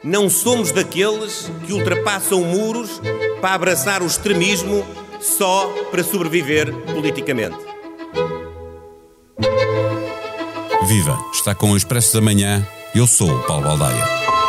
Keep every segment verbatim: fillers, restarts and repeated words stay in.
não somos daqueles que ultrapassam muros para abraçar o extremismo só para sobreviver politicamente. Viva! Está com o Expresso da Manhã. Eu sou o Paulo Baldaia.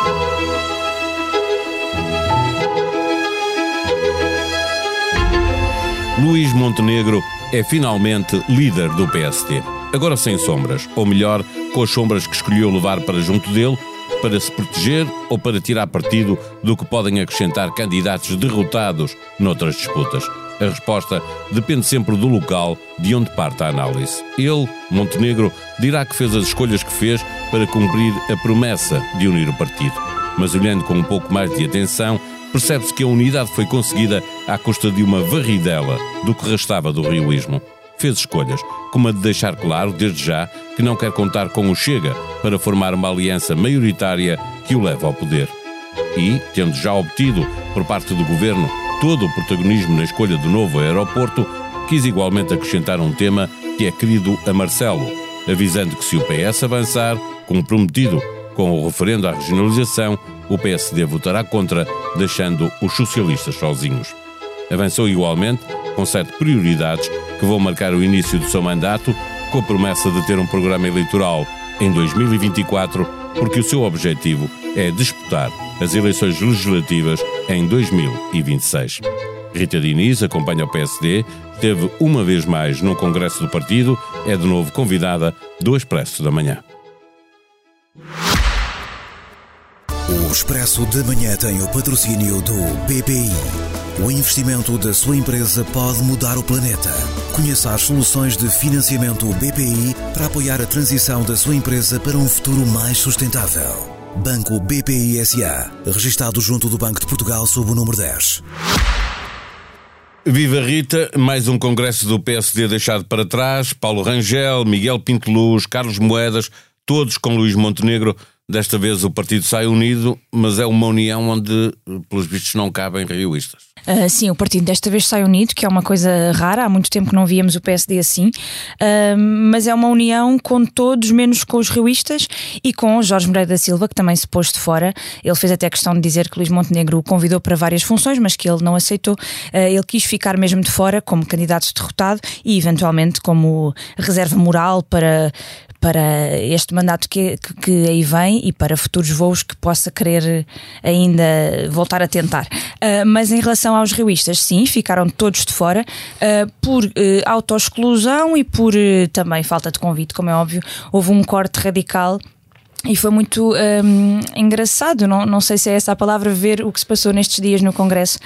Luís Montenegro é finalmente líder do P S D. Agora sem sombras, ou melhor, com as sombras que escolheu levar para junto dele, para se proteger ou para tirar partido do que podem acrescentar candidatos derrotados noutras disputas. A resposta depende sempre do local de onde parte a análise. Ele, Montenegro, dirá que fez as escolhas que fez para cumprir a promessa de unir o partido. Mas olhando com um pouco mais de atenção, percebe-se que a unidade foi conseguida à custa de uma varridela do que restava do rioísmo. Fez escolhas, como a de deixar claro, desde já, que não quer contar com o Chega para formar uma aliança maioritária que o leve ao poder. E, tendo já obtido, por parte do governo, todo o protagonismo na escolha do novo aeroporto, quis igualmente acrescentar um tema que é querido a Marcelo, avisando que se o P S avançar, como prometido com o referendo à regionalização, o P S D votará contra, deixando os socialistas sozinhos. Avançou igualmente com sete prioridades que vão marcar o início do seu mandato, com a promessa de ter um programa eleitoral em dois mil e vinte e quatro, porque o seu objetivo é disputar as eleições legislativas em dois mil e vinte e seis. Rita Diniz acompanha o P S D, esteve uma vez mais no Congresso do Partido, é de novo convidada do Expresso da Manhã. O Expresso da Manhã tem o patrocínio do B P I. O investimento da sua empresa pode mudar o planeta. Conheça as soluções de financiamento B P I para apoiar a transição da sua empresa para um futuro mais sustentável. Banco B P I S A, registado junto do Banco de Portugal sob o número dez. Viva Rita, mais um congresso do P S D deixado para trás. Paulo Rangel, Miguel Pinteluz, Carlos Moedas, todos com Luís Montenegro. Desta vez o partido sai unido, mas é uma união onde, pelos vistos, não cabem rioístas. Uh, sim, o partido desta vez sai unido, que é uma coisa rara, há muito tempo que não víamos o P S D assim, uh, mas é uma união com todos, menos com os rioístas e com o Jorge Moreira da Silva, que também se pôs de fora. Ele fez até questão de dizer que Luís Montenegro o convidou para várias funções, mas que ele não aceitou. Uh, ele quis ficar mesmo de fora como candidato derrotado e eventualmente como reserva moral para... para este mandato que, que, que aí vem e para futuros voos que possa querer ainda voltar a tentar. Uh, mas em relação aos rioístas, sim, ficaram todos de fora uh, por uh, autoexclusão e por uh, também falta de convite, como é óbvio. Houve um corte radical. E foi muito um, engraçado, não, não sei se é essa a palavra, ver o que se passou nestes dias no Congresso,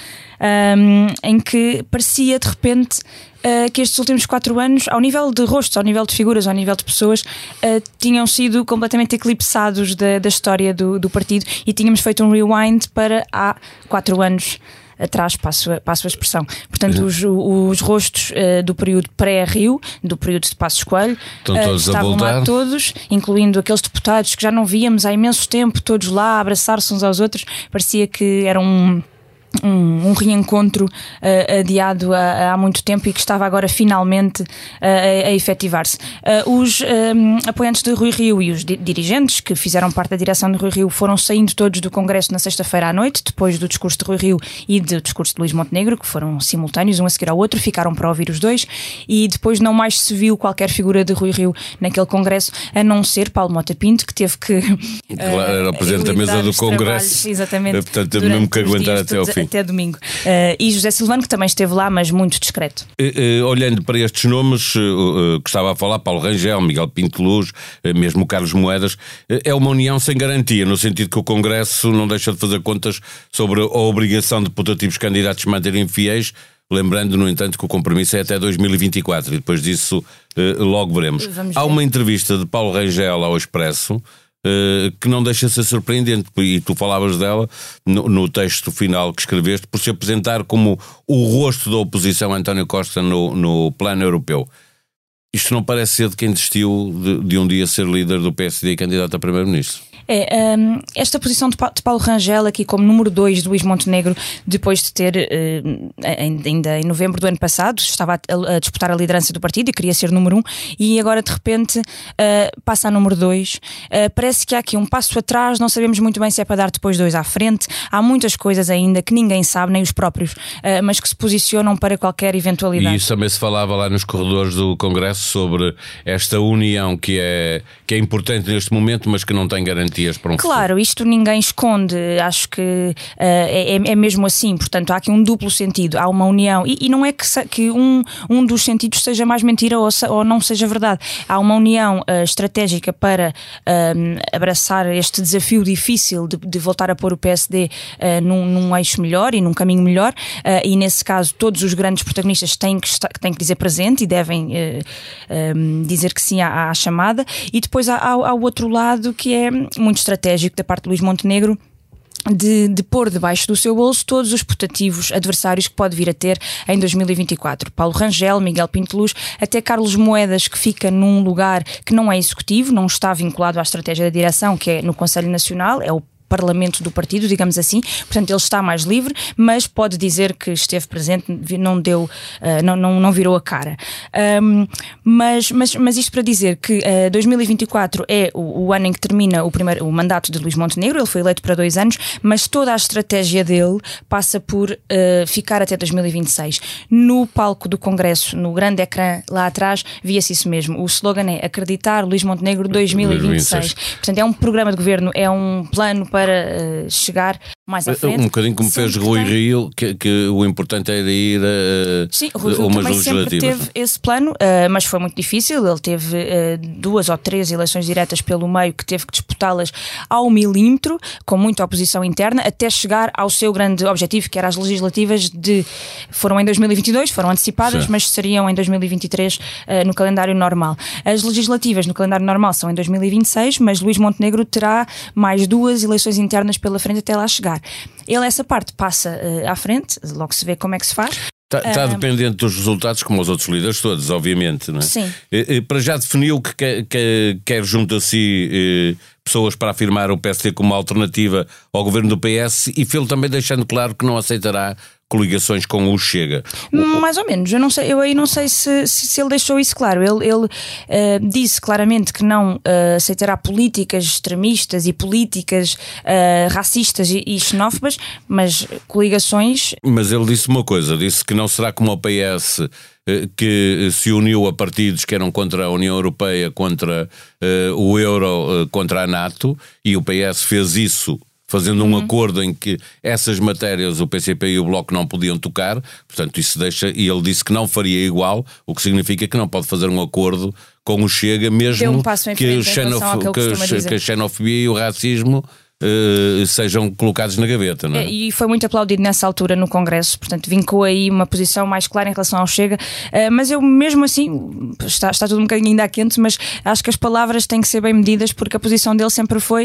um, em que parecia de repente uh, que estes últimos quatro anos, ao nível de rostos, ao nível de figuras, ao nível de pessoas, uh, tinham sido completamente eclipsados da, da história do, do partido e tínhamos feito um rewind para há quatro anos atrás, passo a, passo a expressão. Portanto, uhum. os, os rostos uh, do período pré-Rio, do período de Passos Coelho, estão todos uh, estavam a voltar. Lá todos, incluindo aqueles deputados que já não víamos há imenso tempo, todos lá a abraçar-se uns aos outros. Parecia que era um... Um, um reencontro uh, adiado há, há muito tempo e que estava agora finalmente uh, a, a efetivar-se. Uh, os um, apoiantes de Rui Rio e os di- dirigentes que fizeram parte da direção de Rui Rio foram saindo todos do Congresso na sexta-feira à noite, depois do discurso de Rui Rio e do discurso de Luís Montenegro, que foram simultâneos, um a seguir ao outro, ficaram para ouvir os dois e depois não mais se viu qualquer figura de Rui Rio naquele Congresso, a não ser Paulo Mota Pinto, que teve que... Uh, claro, era o presidente da mesa do Congresso, exatamente, portanto teve mesmo que aguentar até ao fim. Até domingo. Uh, e José Silvano, que também esteve lá, mas muito discreto. Uh, uh, olhando para estes nomes, uh, uh, que estava a falar, Paulo Rangel, Miguel Pinteluz, uh, mesmo Carlos Moedas, uh, é uma união sem garantia, no sentido que o Congresso não deixa de fazer contas sobre a obrigação de putativos candidatos manterem fiéis, lembrando, no entanto, que o compromisso é até dois mil e vinte e quatro, e depois disso uh, logo veremos. Há uma entrevista de Paulo Rangel ao Expresso, Uh, que não deixa de ser surpreendente, e tu falavas dela no, no texto final que escreveste, por se apresentar como o rosto da oposição a António Costa no, no plano europeu. Isto não parece ser de quem desistiu de, de um dia ser líder do P S D e candidato a primeiro-ministro? É, um, esta posição de Paulo Rangel aqui como número dois de Luís Montenegro, depois de ter uh, ainda em novembro do ano passado estava a, a disputar a liderança do partido e queria ser número um, e agora de repente uh, passa a número dois. Uh, parece que há aqui um passo atrás, não sabemos muito bem se é para dar depois dois à frente. Há muitas coisas ainda que ninguém sabe, nem os próprios, uh, mas que se posicionam para qualquer eventualidade. E isso também se falava lá nos corredores do Congresso sobre esta união que é, que é importante neste momento, mas que não tem garantias para um Claro, futuro. Isto ninguém esconde, acho que uh, é, é mesmo assim, portanto há aqui um duplo sentido, há uma união, e, e não é que, que um, um dos sentidos seja mais mentira ou, ou não seja verdade, há uma união uh, estratégica para uh, abraçar este desafio difícil de, de voltar a pôr o P S D uh, num, num eixo melhor e num caminho melhor, uh, e nesse caso todos os grandes protagonistas têm que, estar, têm que dizer presente e devem uh, uh, dizer que sim à, à chamada, e depois há, há, há o outro lado que é muito estratégico da parte de Luís Montenegro, De, de pôr debaixo do seu bolso todos os putativos adversários que pode vir a ter em dois mil e vinte e quatro. Paulo Rangel, Miguel Pinto Luz, até Carlos Moedas, que fica num lugar que não é executivo, não está vinculado à estratégia da direção, que é no Conselho Nacional, é o Parlamento do partido, digamos assim, portanto ele está mais livre, mas pode dizer que esteve presente, não deu, uh, não, não, não virou a cara. Um, mas, mas, mas isto para dizer que uh, dois mil e vinte e quatro é o, o ano em que termina o, primeiro, o mandato de Luís Montenegro, ele foi eleito para dois anos, mas toda a estratégia dele passa por uh, ficar até dois mil e vinte e seis. No palco do Congresso, no grande ecrã lá atrás, via-se isso mesmo. O slogan é Acreditar Luís Montenegro dois mil e vinte e seis. Portanto, é um programa de governo, é um plano para para uh, chegar mais à frente. Um bocadinho como fez Rui Rio, que, que o importante era ir a, Sim, o Rui Rio também sempre teve esse plano, uh, mas foi muito difícil. Ele teve uh, duas ou três eleições diretas pelo meio que teve que disputá-las ao milímetro, com muita oposição interna, até chegar ao seu grande objetivo, que era as legislativas de... Foram em dois mil e vinte e dois, foram antecipadas, Sim. mas seriam em dois mil e vinte e três uh, no calendário normal. As legislativas no calendário normal são em dois mil e vinte e seis, mas Luís Montenegro terá mais duas eleições internas pela frente até lá chegar. Ele essa parte passa uh, à frente, logo se vê como é que se faz. Está, está dependente dos resultados, como os outros líderes todos, obviamente, não é? Sim. E, e, para já definiu que quer, que quer junto a si eh, pessoas para afirmar o P S D como uma alternativa ao governo do P S, e fê-lo também deixando claro que não aceitará coligações com o Chega. Mais ou menos, eu, não sei, eu aí não sei se, se, se ele deixou isso claro. Ele, ele uh, disse claramente que não uh, aceitará políticas extremistas e políticas uh, racistas e, e xenófobas, mas coligações... Mas ele disse uma coisa, disse que não será como o P S, que se uniu a partidos que eram contra a União Europeia, contra uh, o Euro, uh, contra a NATO, e o P S fez isso fazendo um uhum. acordo em que essas matérias o P C P e o Bloco não podiam tocar, portanto isso deixa, e ele disse que não faria igual, o que significa que não pode fazer um acordo com o Chega, mesmo um que, o xenof... que, que a xenofobia e o racismo Uh, sejam colocados na gaveta, não é? E foi muito aplaudido nessa altura no Congresso, portanto vincou aí uma posição mais clara em relação ao Chega, uh, mas eu mesmo assim, está, está tudo um bocadinho ainda quente, mas acho que as palavras têm que ser bem medidas, porque a posição dele sempre foi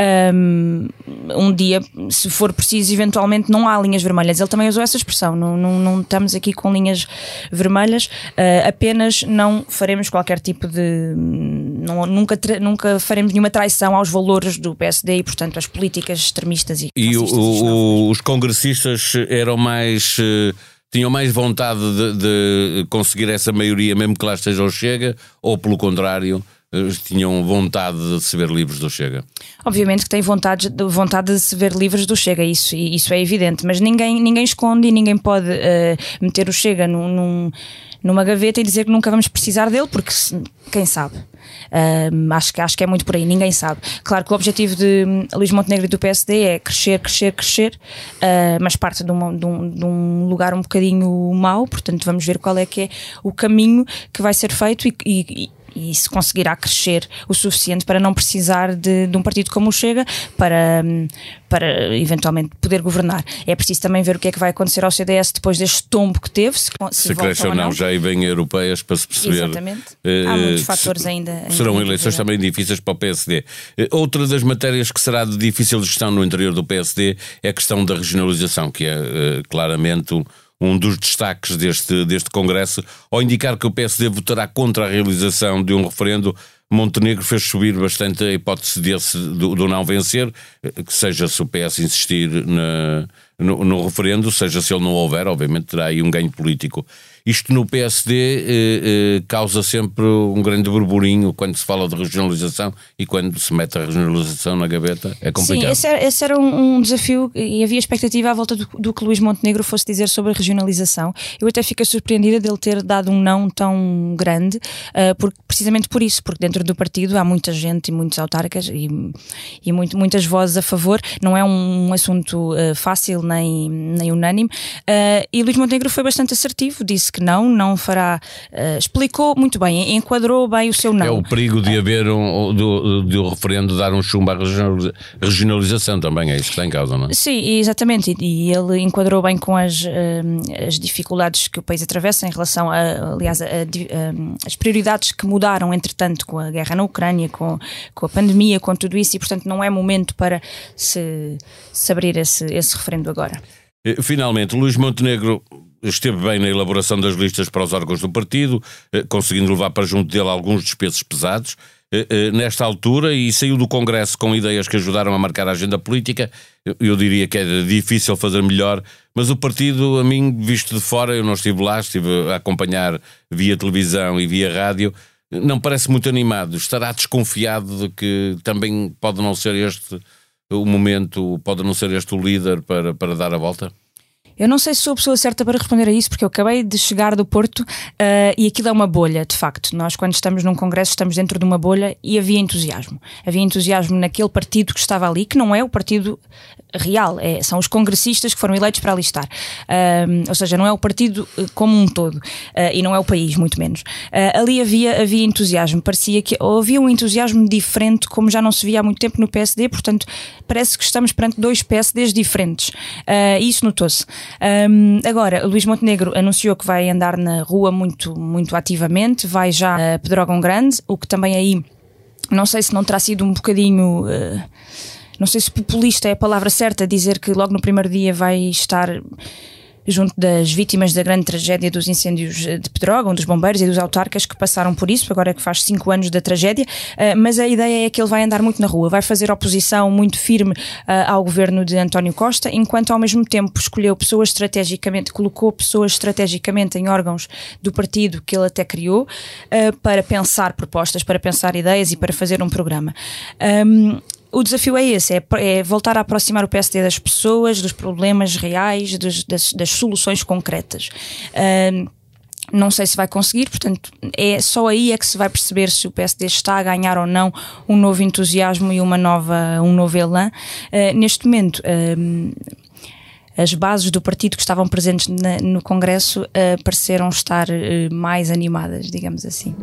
um, um dia, se for preciso, eventualmente não há linhas vermelhas. Ele também usou essa expressão, não, não, não estamos aqui com linhas vermelhas, uh, apenas não faremos qualquer tipo de... Não, nunca, nunca faremos nenhuma traição aos valores do P S D e, portanto, as políticas extremistas e E o, o, os congressistas eram mais... tinham mais vontade de, de conseguir essa maioria, mesmo que lá esteja o Chega, ou pelo contrário, tinham vontade de se ver livres do Chega? Obviamente que têm vontade, vontade de se ver livres do Chega, isso, isso é evidente, mas ninguém, ninguém esconde e ninguém pode uh, meter o Chega num, num, numa gaveta e dizer que nunca vamos precisar dele, porque quem sabe? Uh, acho, que, acho que é muito por aí, ninguém sabe. Claro que o objetivo de Luís Montenegro e do P S D é crescer, crescer, crescer, uh, mas parte de, uma, de, um, de um lugar um bocadinho mau, portanto vamos ver qual é que é o caminho que vai ser feito e, e, e se conseguirá crescer o suficiente para não precisar de, de um partido como o Chega para, para eventualmente poder governar. É preciso também ver o que é que vai acontecer ao C D S depois deste tombo que teve, se, se, se cresce ou não, não, já aí vem europeias para se perceber. Exatamente. Uh, Há muitos fatores se, ainda, ainda serão eleições também difíceis para o P S D. Uh, outra das matérias que será de difícil gestão no interior do P S D é a questão da regionalização, que é uh, claramente um um dos destaques deste, deste Congresso, ao indicar que o P S D votará contra a realização de um referendo Montenegro fez subir bastante a hipótese desse, do, do não vencer, que seja se o P S insistir na, no, no referendo, seja se ele não houver, obviamente terá aí um ganho político. Isto no P S D eh, eh, causa sempre um grande burburinho quando se fala de regionalização, e quando se mete a regionalização na gaveta é complicado. Sim, esse era, esse era um, um desafio, e havia expectativa à volta do, do que Luís Montenegro fosse dizer sobre a regionalização. Eu até fiquei surpreendida dele ter dado um não tão grande, uh, porque, precisamente por isso, porque dentro do partido há muita gente e muitos autarcas e, e muito, muitas vozes a favor. Não é um, um assunto uh, fácil nem, nem unânime, uh, e Luís Montenegro foi bastante assertivo, disse que não, não fará, uh, explicou muito bem, enquadrou bem o seu não. É o perigo de haver um, do, do referendo dar um chumbo à regionalização também, é isso que está em causa, não é? Sim, exatamente, e, e ele enquadrou bem com as, uh, as dificuldades que o país atravessa em relação a, aliás, a, a, a, as prioridades que mudaram entretanto com a guerra na Ucrânia, com, com a pandemia, com tudo isso, e portanto não é momento para se, se abrir esse, esse referendo agora. Finalmente, Luís Montenegro esteve bem na elaboração das listas para os órgãos do partido, conseguindo levar para junto dele alguns despesos pesados nesta altura, e saiu do Congresso com ideias que ajudaram a marcar a agenda política. Eu diria que era difícil fazer melhor, mas o partido, a mim, visto de fora, eu não estive lá, estive a acompanhar via televisão e via rádio, não parece muito animado. Estará desconfiado de que também pode não ser este o momento, pode não ser este o líder para, para dar a volta? Eu não sei se sou a pessoa certa para responder a isso, porque eu acabei de chegar do Porto uh, e aquilo é uma bolha, de facto. Nós, quando estamos num congresso, estamos dentro de uma bolha, e havia entusiasmo. Havia entusiasmo naquele partido que estava ali, que não é o partido real, é, são os congressistas que foram eleitos para ali estar. Uh, ou seja, não é o partido como um todo, uh, e não é o país, muito menos. Uh, ali havia, havia entusiasmo, parecia que ou havia um entusiasmo diferente, como já não se via há muito tempo no P S D, portanto, parece que estamos perante dois P S Ds diferentes. Uh, isso notou-se. Um, agora, Luís Montenegro anunciou que vai andar na rua muito, muito ativamente, vai já a Pedrógão Grande, o que também aí, não sei se não terá sido um bocadinho, uh, não sei se populista é a palavra certa, dizer que logo no primeiro dia vai estar junto das vítimas da grande tragédia dos incêndios de Pedrógão, dos bombeiros e dos autarcas que passaram por isso, agora é que faz cinco anos da tragédia, mas a ideia é que ele vai andar muito na rua, vai fazer oposição muito firme ao governo de António Costa, enquanto ao mesmo tempo escolheu pessoas estrategicamente, colocou pessoas estrategicamente em órgãos do partido que ele até criou, para pensar propostas, para pensar ideias e para fazer um programa. Um, O desafio é esse, é, é voltar a aproximar o P S D das pessoas, dos problemas reais, dos, das, das soluções concretas. Uh, não sei se vai conseguir, portanto, é só aí é que se vai perceber se o P S D está a ganhar ou não um novo entusiasmo e uma nova, um novo elan. Uh, neste momento, uh, as bases do partido que estavam presentes na, no Congresso uh, pareceram estar uh, mais animadas, digamos assim.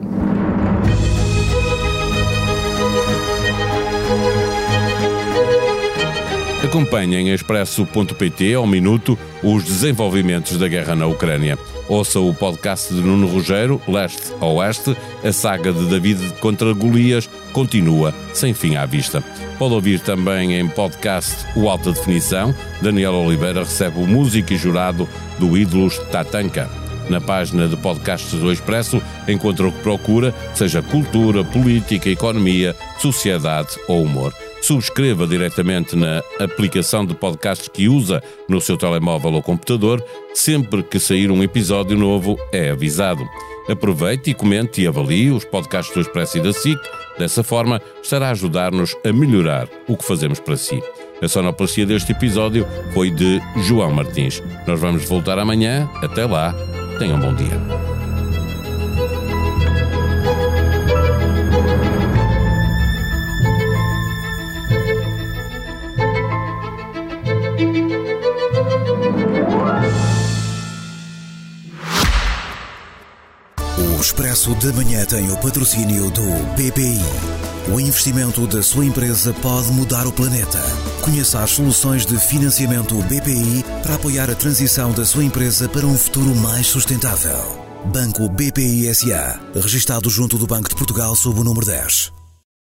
Acompanhem em expresso ponto pt ao minuto os desenvolvimentos da guerra na Ucrânia. Ouça o podcast de Nuno Rogério, Leste a Oeste. A saga de David contra Golias continua sem fim à vista. Pode ouvir também em podcast o Alta Definição. Daniel Oliveira recebe o músico e jurado do Ídolos Tatanka. Na página de podcasts do Expresso encontra o que procura, seja cultura, política, economia, sociedade ou humor. Subscreva diretamente na aplicação de podcasts que usa no seu telemóvel ou computador. Sempre que sair um episódio novo, é avisado. Aproveite e comente e avalie os podcasts do Expresso e da S I C. Dessa forma, estará a ajudar-nos a melhorar o que fazemos para si. A sonoplastia deste episódio foi de João Martins. Nós vamos voltar amanhã. Até lá, tenham um bom dia. O Expresso da Manhã tem o patrocínio do B P I. O investimento da sua empresa pode mudar o planeta. Conheça as soluções de financiamento B P I para apoiar a transição da sua empresa para um futuro mais sustentável. Banco B P I S A. Registado junto do Banco de Portugal sob o número dez.